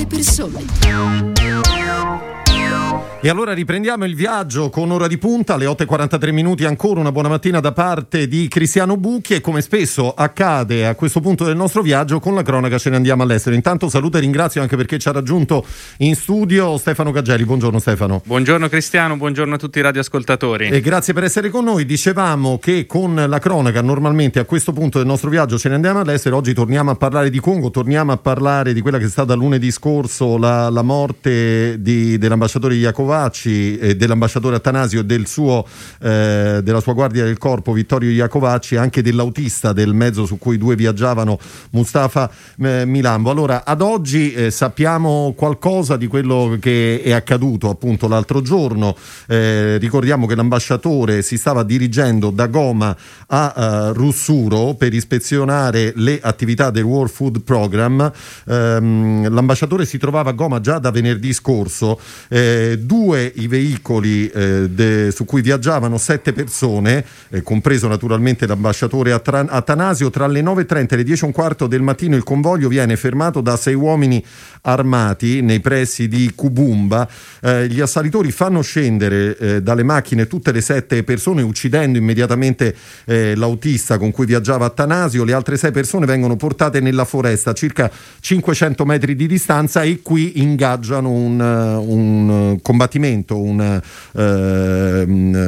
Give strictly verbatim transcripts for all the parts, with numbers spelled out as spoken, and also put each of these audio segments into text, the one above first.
le persone. E allora riprendiamo il viaggio con Ora di Punta, alle otto e quarantatré minuti ancora. Una buona mattina da parte di Cristiano Bucchi e, come spesso accade a questo punto del nostro viaggio, con la cronaca ce ne andiamo all'estero. Intanto saluto e ringrazio anche perché ci ha raggiunto in studio Stefano Gaggelli. Buongiorno Stefano. Buongiorno Cristiano, buongiorno a tutti i radioascoltatori. E grazie per essere con noi. Dicevamo che con la cronaca normalmente a questo punto del nostro viaggio ce ne andiamo all'estero. Oggi torniamo a parlare di Congo, torniamo a parlare di quella che è stata lunedì scorso la, la morte di, dell'ambasciatore Iacovacci, e dell'ambasciatore Attanasio e del suo, eh, della sua guardia del corpo Vittorio Iacovacci, anche dell'autista del mezzo su cui i due viaggiavano, Mustafa eh, Milambo. Allora, ad oggi eh, sappiamo qualcosa di quello che è accaduto appunto l'altro giorno. Eh, ricordiamo che l'ambasciatore si stava dirigendo da Goma a uh, Russuro per ispezionare le attività del World Food Program. Um, l'ambasciatore si trovava a Goma già da venerdì scorso. Eh, due i veicoli eh, de, su cui viaggiavano sette persone, eh, compreso naturalmente l'ambasciatore Attra- Attanasio. Tra le nove e trenta e le dieci e un quarto del mattino il convoglio viene fermato da sei uomini armati nei pressi di Kubumba. Eh, gli assalitori fanno scendere eh, dalle macchine tutte le sette persone, uccidendo immediatamente eh, l'autista con cui viaggiava Attanasio. Le altre sei persone vengono portate nella foresta a circa cinquecento metri di distanza e qui ingaggiano un, un combattimento, una, eh,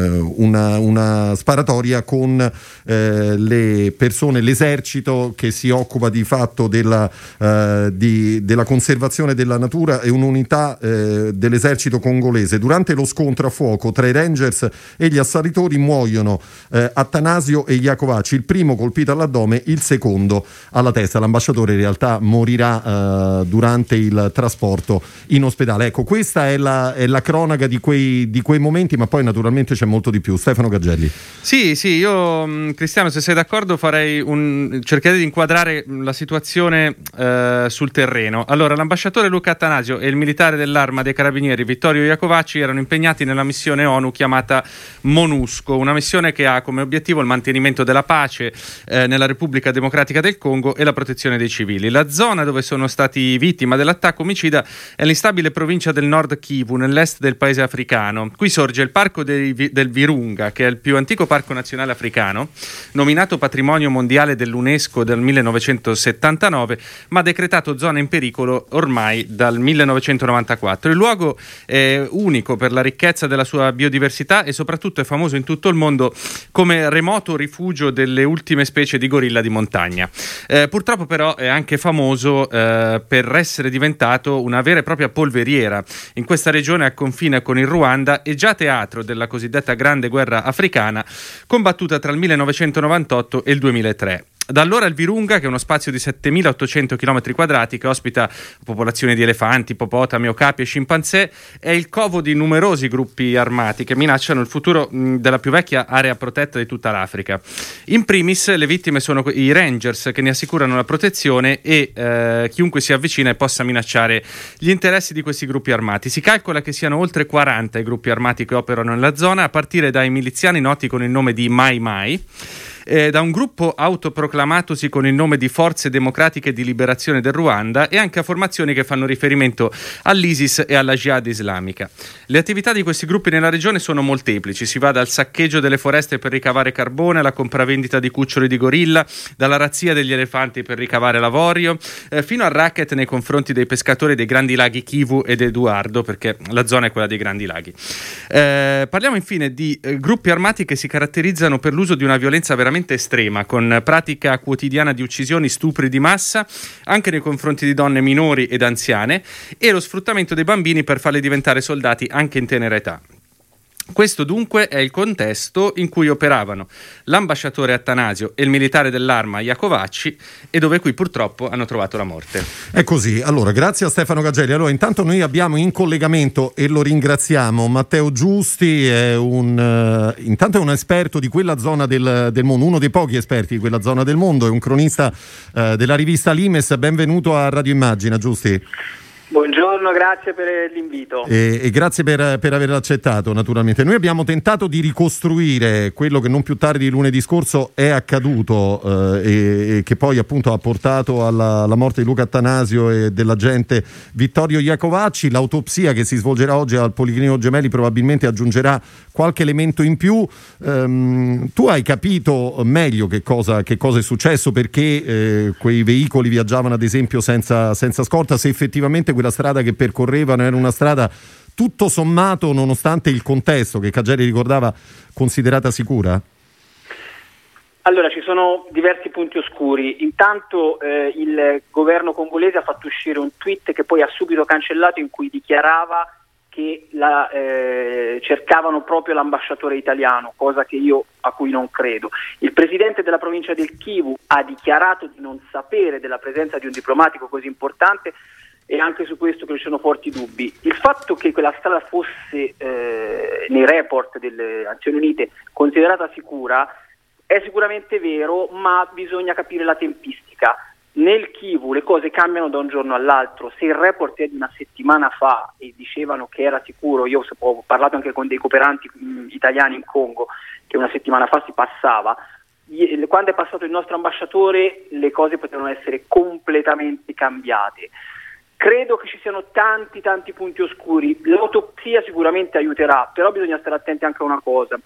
una, una sparatoria con eh, le persone, l'esercito che si occupa di fatto della, eh, di, della conservazione della natura e un'unità eh, dell'esercito congolese. Durante lo scontro a fuoco tra i Rangers e gli assalitori muoiono eh, Attanasio e Iacovacci, il primo colpito all'addome, il secondo alla testa. L'ambasciatore in realtà morirà eh, durante il trasporto in ospedale. Ecco, questa è la, è la cronaca di quei, di quei momenti, ma poi naturalmente c'è molto di più. Stefano Gaggelli. Sì, sì, io Cristiano, se sei d'accordo, farei un cercherei di inquadrare la situazione eh, sul terreno. Allora, l'ambasciatore Luca Attanasio e il militare dell'Arma dei Carabinieri Vittorio Iacovacci erano impegnati nella missione ONU chiamata MONUSCO, una missione che ha come obiettivo il mantenimento della pace eh, nella Repubblica Democratica del Congo e la protezione dei civili. La zona dove sono stati vittima dell'attacco omicida è l'instabile provincia del Nord Kivu, nell'est del paese africano. Qui sorge il parco dei, del Virunga, che è il più antico parco nazionale africano, nominato patrimonio mondiale dell'UNESCO del millenovecentosettantanove, ma decretato zona in pericolo ormai dal millenovecentonovantaquattro. Il luogo è unico per la ricchezza della sua biodiversità e soprattutto è famoso in tutto il mondo come remoto rifugio delle ultime specie di gorilla di montagna. Eh, purtroppo però è anche famoso eh, per essere diventato una vera e propria polveriera. In questa regione a confine con il Ruanda e già teatro della cosiddetta Grande Guerra Africana, combattuta tra il millenovecentonovantotto e il duemilatré. Da allora il Virunga, che è uno spazio di settemilaottocento chilometri quadrati che ospita popolazioni di elefanti, ippopotami, okapi e scimpanzé, è il covo di numerosi gruppi armati che minacciano il futuro mh, della più vecchia area protetta di tutta l'Africa. In primis le vittime sono i Rangers, che ne assicurano la protezione e eh, chiunque si avvicina e possa minacciare gli interessi di questi gruppi armati. Si calcola che siano oltre quaranta i gruppi armati che operano nella zona, a partire dai miliziani noti con il nome di Mai Mai, Eh, da un gruppo autoproclamatosi con il nome di Forze Democratiche di Liberazione del Ruanda e anche a formazioni che fanno riferimento all'ISIS e alla Jihad islamica. Le attività di questi gruppi nella regione sono molteplici, si va dal saccheggio delle foreste per ricavare carbone alla compravendita di cuccioli di gorilla, dalla razzia degli elefanti per ricavare l'avorio, eh, fino al racket nei confronti dei pescatori dei grandi laghi Kivu ed Eduardo, perché la zona è quella dei grandi laghi. Eh, parliamo infine di eh, gruppi armati che si caratterizzano per l'uso di una violenza veramente estrema, con pratica quotidiana di uccisioni, stupri di massa anche nei confronti di donne minori ed anziane e lo sfruttamento dei bambini per farli diventare soldati anche in tenera età. Questo dunque è il contesto in cui operavano l'ambasciatore Attanasio e il militare dell'Arma Iacovacci e dove qui purtroppo hanno trovato la morte. È così. Allora, grazie a Stefano Gaggelli. Allora, intanto noi abbiamo in collegamento, e lo ringraziamo, Matteo Giusti, è un, uh, intanto è un esperto di quella zona del, del mondo, uno dei pochi esperti di quella zona del mondo, è un cronista uh, della rivista Limes. Benvenuto a Radio Immagina, Giusti. Buongiorno, grazie per l'invito. E, e grazie per, per averlo accettato, naturalmente. Noi abbiamo tentato di ricostruire quello che non più tardi di lunedì scorso è accaduto eh, e, e che poi appunto ha portato alla, alla morte di Luca Attanasio e dell'agente Vittorio Iacovacci. L'autopsia che si svolgerà oggi al Policlinico Gemelli probabilmente aggiungerà qualche elemento in più. Um, tu hai capito meglio che cosa, che cosa è successo, perché eh, quei veicoli viaggiavano ad esempio senza, senza scorta, se effettivamente quella strada che percorrevano era una strada tutto sommato, nonostante il contesto che Caggiari ricordava, considerata sicura? Allora, ci sono diversi punti oscuri. Intanto eh, il governo congolese ha fatto uscire un tweet che poi ha subito cancellato, in cui dichiarava che la, eh, cercavano proprio l'ambasciatore italiano, cosa che io a cui non credo. Il presidente della provincia del Kivu ha dichiarato di non sapere della presenza di un diplomatico così importante, e anche su questo che ci sono forti dubbi. Il fatto che quella strada fosse eh, nei report delle Nazioni Unite considerata sicura è sicuramente vero, ma bisogna capire la tempistica. Nel Kivu le cose cambiano da un giorno all'altro. Se il report è di una settimana fa e dicevano che era sicuro, io ho parlato anche con dei cooperanti mh, italiani in Congo, che una settimana fa si passava, quando è passato il nostro ambasciatore le cose potevano essere completamente cambiate. Credo che ci siano tanti tanti punti oscuri. L'autopsia sicuramente aiuterà, però bisogna stare attenti anche a una cosa.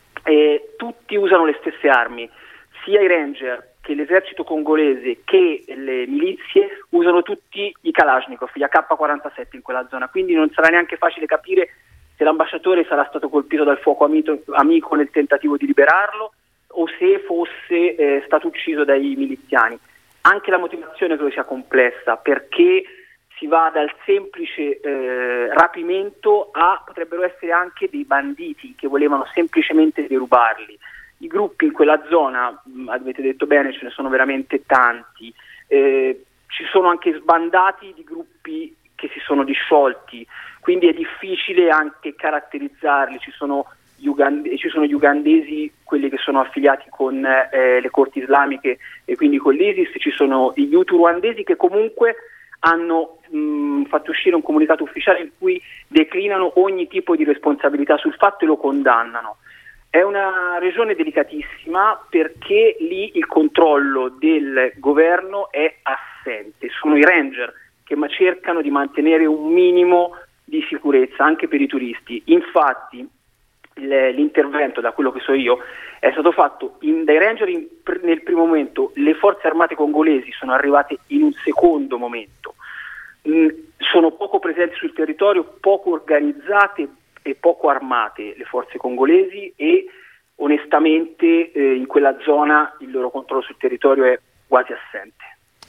Eh, tutti usano le stesse armi, sia i ranger che l'esercito congolese che le milizie usano tutti i Kalashnikov, gli A K quarantasette in quella zona, quindi non sarà neanche facile capire se l'ambasciatore sarà stato colpito dal fuoco amico, amico nel tentativo di liberarlo o se fosse eh, stato ucciso dai miliziani. Anche la motivazione credo sia complessa, perché si va dal semplice eh, rapimento a potrebbero essere anche dei banditi che volevano semplicemente derubarli. I gruppi in quella zona, mh, avete detto bene, ce ne sono veramente tanti, eh, ci sono anche sbandati di gruppi che si sono disciolti, quindi è difficile anche caratterizzarli. Ci sono gli, ugande- ci sono gli ugandesi, quelli che sono affiliati con eh, le corti islamiche e quindi con l'ISIS, ci sono gli Hutu ruandesi che comunque hanno mh, fatto uscire un comunicato ufficiale in cui declinano ogni tipo di responsabilità sul fatto e lo condannano. È una regione delicatissima perché lì il controllo del governo è assente. Sono i ranger che ma cercano di mantenere un minimo di sicurezza anche per i turisti. Infatti l'intervento, da quello che so io, è stato fatto in, dai ranger in, nel primo momento. Le forze armate congolesi sono arrivate in un secondo momento, mm, sono poco presenti sul territorio, poco organizzate e poco armate le forze congolesi, e onestamente eh, in quella zona il loro controllo sul territorio è quasi assente.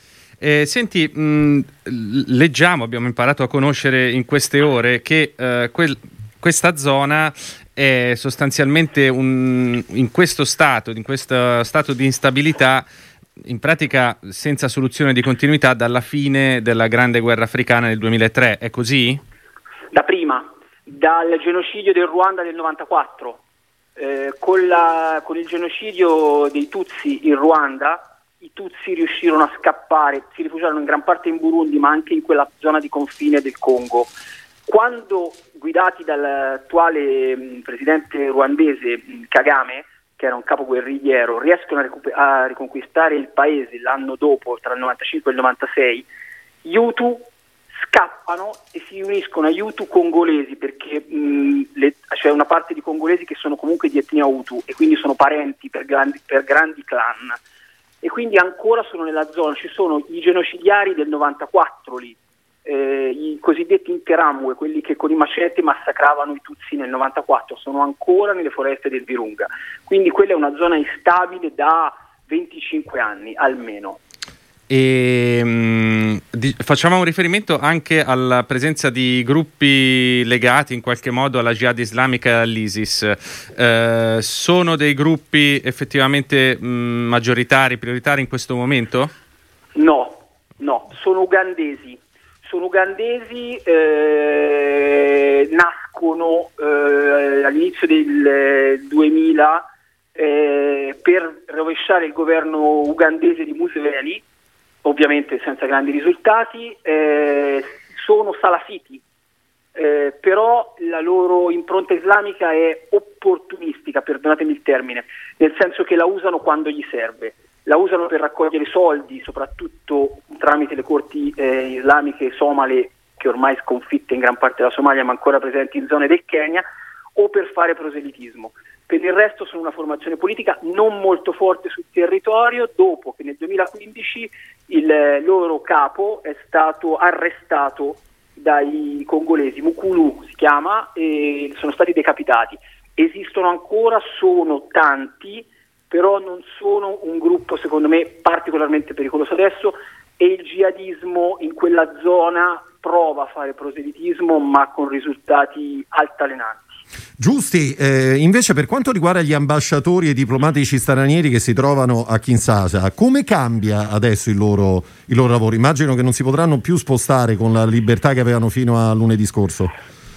Eh, senti, mh, leggiamo, abbiamo imparato a conoscere in queste ore che eh, quel, questa zona è sostanzialmente un, in questo stato, in questo stato di instabilità, in pratica senza soluzione di continuità dalla fine della grande guerra africana del duemilatré, è così? Da prima, dal genocidio del Ruanda del novantaquattro, eh, con, la, con il genocidio dei Tutsi in Ruanda, i Tutsi riuscirono a scappare, si rifugiarono in gran parte in Burundi, ma anche in quella zona di confine del Congo. Quando guidati dall'attuale mh, presidente ruandese mh, Kagame, che era un capo guerrigliero, riescono a, recu- a riconquistare il paese l'anno dopo, tra il novantacinque e il novantasei, gli Hutu scappano e si uniscono agli Hutu congolesi, perché mh, le, c'è una parte di congolesi che sono comunque di etnia Hutu e quindi sono parenti per grandi, per grandi clan, e quindi ancora sono nella zona. Ci sono i genocidiari del novantaquattro lì, eh, i cosiddetti Interamwe, quelli che con i macete massacravano i Tutsi nel novantaquattro, sono ancora nelle foreste del Virunga, quindi quella è una zona instabile da venticinque anni almeno. E mh, di, facciamo un riferimento anche alla presenza di gruppi legati in qualche modo alla Jihad islamica e all'ISIS. Eh, sono dei gruppi effettivamente mh, maggioritari, prioritari in questo momento? No, no, sono ugandesi. Sono ugandesi, eh, nascono eh, all'inizio del duemila eh, per rovesciare il governo ugandese di Museveni, ovviamente senza grandi risultati. Eh, sono salafiti, eh, però la loro impronta islamica è opportunistica, perdonatemi il termine, nel senso che la usano quando gli serve. La usano per raccogliere soldi, soprattutto tramite le corti eh, islamiche somale, che ormai sconfitte in gran parte della Somalia ma ancora presenti in zone del Kenya, o per fare proselitismo. Per il resto sono una formazione politica non molto forte sul territorio, dopo che nel duemilaquindici il loro capo è stato arrestato dai congolesi, Mukulu si chiama, e sono stati decapitati. Esistono ancora, sono tanti, però non sono un gruppo secondo me particolarmente pericoloso adesso, e il jihadismo in quella zona prova a fare proselitismo ma con risultati altalenanti. Giusti, eh, invece per quanto riguarda gli ambasciatori e i diplomatici stranieri che si trovano a Kinshasa, come cambia adesso il loro, il loro lavoro? Immagino che non si potranno più spostare con la libertà che avevano fino a lunedì scorso.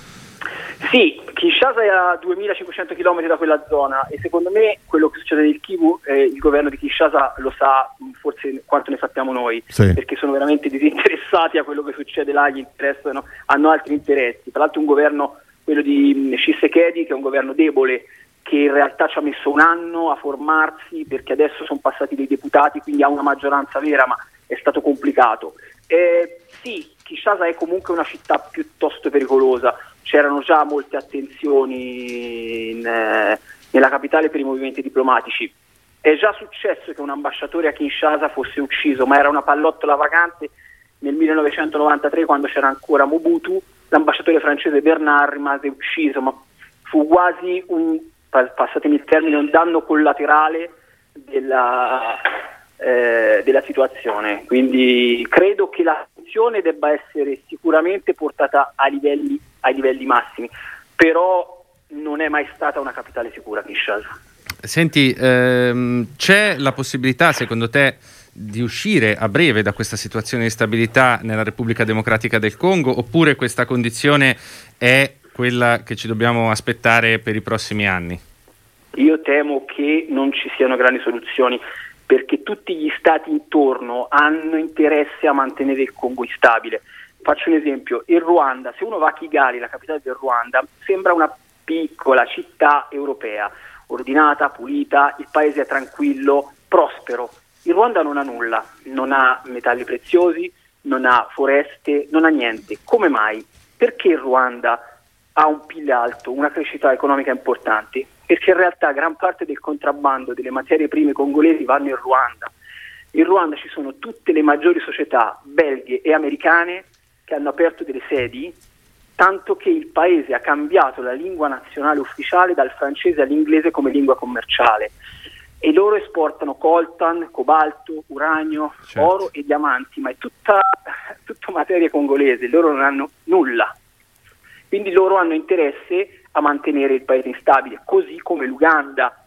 Sì, Kinshasa è a duemilacinquecento chilometri da quella zona e secondo me quello che succede nel Kivu, eh, il governo di Kinshasa lo sa forse quanto ne sappiamo noi, sì. Perché sono veramente disinteressati a quello che succede là, gli interessano, hanno altri interessi. Tra l'altro un governo, quello di Tshisekedi, che è un governo debole, che in realtà ci ha messo un anno a formarsi perché adesso sono passati dei deputati, quindi ha una maggioranza vera, ma è stato complicato. Eh, sì, Kinshasa è comunque una città piuttosto pericolosa, c'erano già molte attenzioni in, eh, nella capitale per i movimenti diplomatici. È già successo che un ambasciatore a Kinshasa fosse ucciso, ma era una pallottola vacante nel millenovecentonovantatré, quando c'era ancora Mobutu. L'ambasciatore francese Bernard rimase ucciso, ma fu quasi un, passatemi il termine, un danno collaterale della, eh, della situazione. Quindi credo che l'attenzione debba essere sicuramente portata a livelli, ai livelli massimi, però non è mai stata una capitale sicura Kinshasa. Senti, ehm, c'è la possibilità, secondo te, di uscire a breve da questa situazione di stabilità nella Repubblica Democratica del Congo, oppure questa condizione è quella che ci dobbiamo aspettare per i prossimi anni? Io temo che non ci siano grandi soluzioni, perché tutti gli stati intorno hanno interesse a mantenere il Congo instabile. Faccio un esempio: il Ruanda, se uno va a Kigali, la capitale del Ruanda, sembra una piccola città europea, ordinata, pulita, il paese è tranquillo, prospero. Il Ruanda non ha nulla, non ha metalli preziosi, non ha foreste, non ha niente. Come mai? Perché il Ruanda ha un P I L alto, una crescita economica importante? Perché in realtà gran parte del contrabbando delle materie prime congolesi vanno in Ruanda. In Ruanda ci sono tutte le maggiori società belghe e americane che hanno aperto delle sedi, tanto che il paese ha cambiato la lingua nazionale ufficiale dal francese all'inglese come lingua commerciale. E loro esportano coltan, cobalto, uranio, certo, oro e diamanti, ma è tutta, tutta materia congolese, loro non hanno nulla. Quindi loro hanno interesse a mantenere il paese instabile, così come l'Uganda.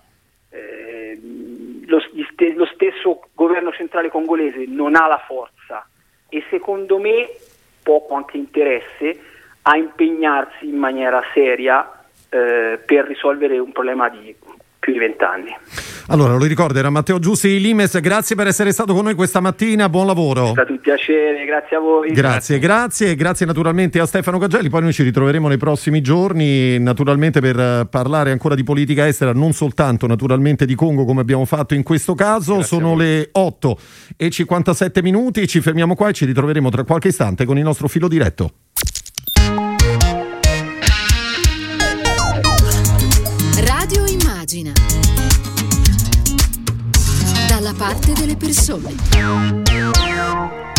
Eh, lo, lo stesso governo centrale congolese non ha la forza e secondo me poco anche interesse a impegnarsi in maniera seria eh, per risolvere un problema di più di vent'anni. Allora, lo ricordo, era Matteo Giusti di Limes, grazie per essere stato con noi questa mattina, buon lavoro. È stato un piacere, grazie a voi. Grazie, grazie, grazie naturalmente a Stefano Gagelli, poi noi ci ritroveremo nei prossimi giorni, naturalmente per parlare ancora di politica estera, non soltanto naturalmente di Congo come abbiamo fatto in questo caso. Grazie. Sono le otto e cinquantasette minuti, ci fermiamo qua e ci ritroveremo tra qualche istante con il nostro filo diretto. Radio Immagina, dalla parte delle persone.